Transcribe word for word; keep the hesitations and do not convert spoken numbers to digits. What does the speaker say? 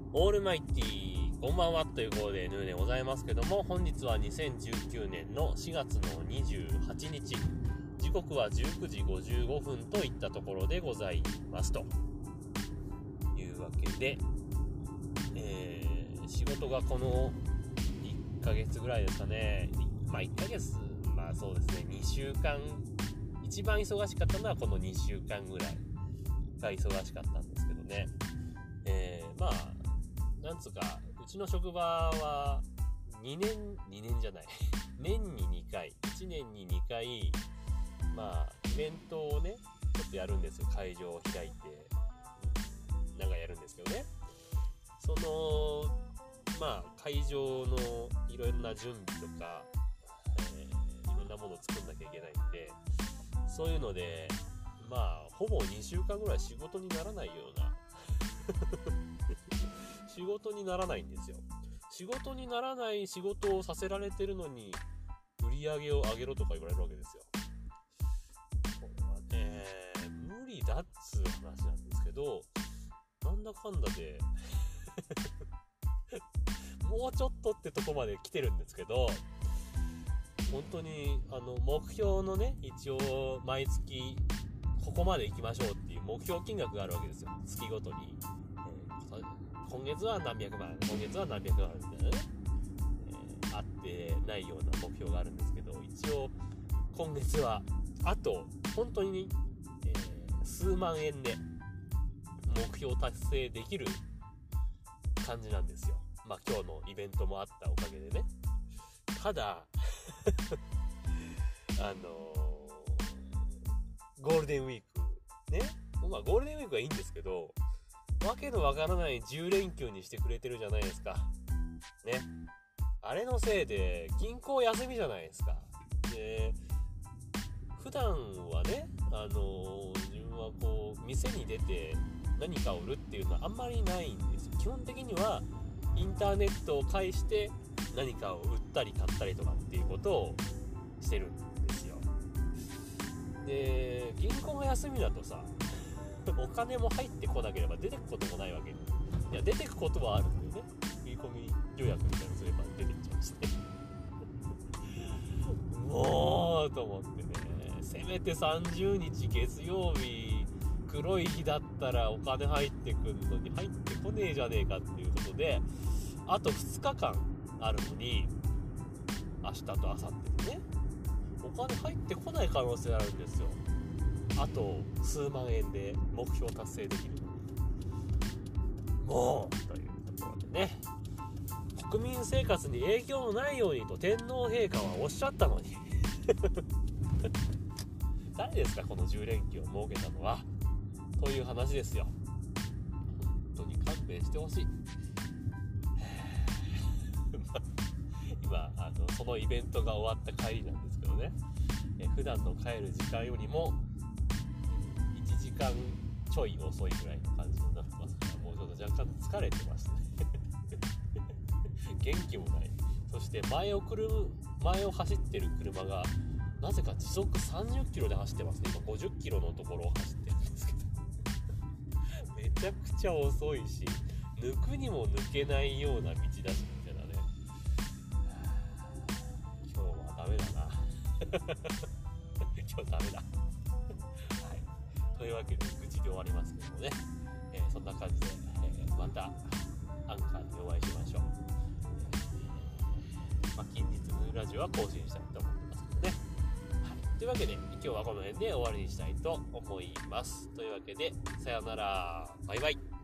オールマイティーこんばんはということでヌーでございますけども、本日はにせんじゅうきゅうねんのしがつのにじゅうはちにち、時刻はじゅうくじごじゅうごふんといったところでございますというわけで、えー、仕事がこのいっかげつぐらいですかね。まあいっかげつ、まあそうですね、にしゅうかん、一番忙しかったのはこのにしゅうかんぐらいが忙しかったんですけどね。えー、まあなんつうか、うちの職場はにねん、にねんじゃない年ににかい、いちねんににかい、まあイベントをねちょっとやるんですよ。会場を開いてなんかやるんですけどね、そのまあ会場のいろんな準備とか、えー、いろんなものを作んなきゃいけないんで、そういうのでまあほぼにしゅうかんぐらい仕事にならないような仕事にならないんですよ。仕事にならない仕事をさせられてるのに売り上げを上げろとか言われるわけですよ。これはね無理だっつう話なんですけど、なんだかんだでもうちょっとってとこまで来てるんですけど、本当にあの目標のね、一応毎月ここまで行きましょうっていう目標金額があるわけですよ。月ごとに、えー、今月は何百万、今月は何百万みたいなね、えー、あってないような目標があるんですけど、一応今月はあと本当に、えー、数万円で目標達成できる感じなんですよ。まあ今日のイベントもあったおかげでね。ただあのー、ゴールデンウィークね、まあゴールデンウィークはいいんですけど、わけのわからないじゅうれんきゅうにしてくれてるじゃないですかね。あれのせいで銀行休みじゃないですか。で普段はね、あのー、自分はこう店に出て何かを売るっていうのはあんまりないんですよ。基本的にはインターネットを介して何かを売ったり買ったりとかっていうことをしてるんですよ。で銀行が休みだとさ、お金も入ってこなければ出てくこともないわけ。いや出てくことはあるんだよね。振り込み予約みたいなのすれば出てきちゃうしねもうと思ってね、せめてさんじゅうにち月曜日黒い日だったらお金入ってくんのに入ってこねえじゃねえかっていうことで、あとふつかかんあるのに明日と明後日でねお金入ってこない可能性あるんですよ。あと数万円で目標達成できるのに、もうというところでね、国民生活に影響のないようにと天皇陛下はおっしゃったのに誰ですかこのじゅうれんきゅうを設けたのはという話ですよ。本当に勘弁してほしい今あのそのイベントが終わった帰りなんですけどね、え普段の帰る時間よりもいちじかんちょい遅いぐらいの感じになってますから、もうちょっと若干疲れてましたね元気もない。そして前を来る前を走ってる車がなぜか時速さんじゅっキロで走ってますね。今ごじゅっキロのところを走ってるんですけどめちゃくちゃ遅いし、抜くにも抜けないような道だしみたいなね。今日はダメだな今日ダメだはい、というわけで愚痴で終わりますけどもね、えー、そんな感じで、えー、またアンカーでお会いしましょう。えーまあ、近日のラジオは更新したいと思ってますけどね。はい、というわけで今日はこの辺で終わりにしたいと思います。というわけでさようなら、バイバイ。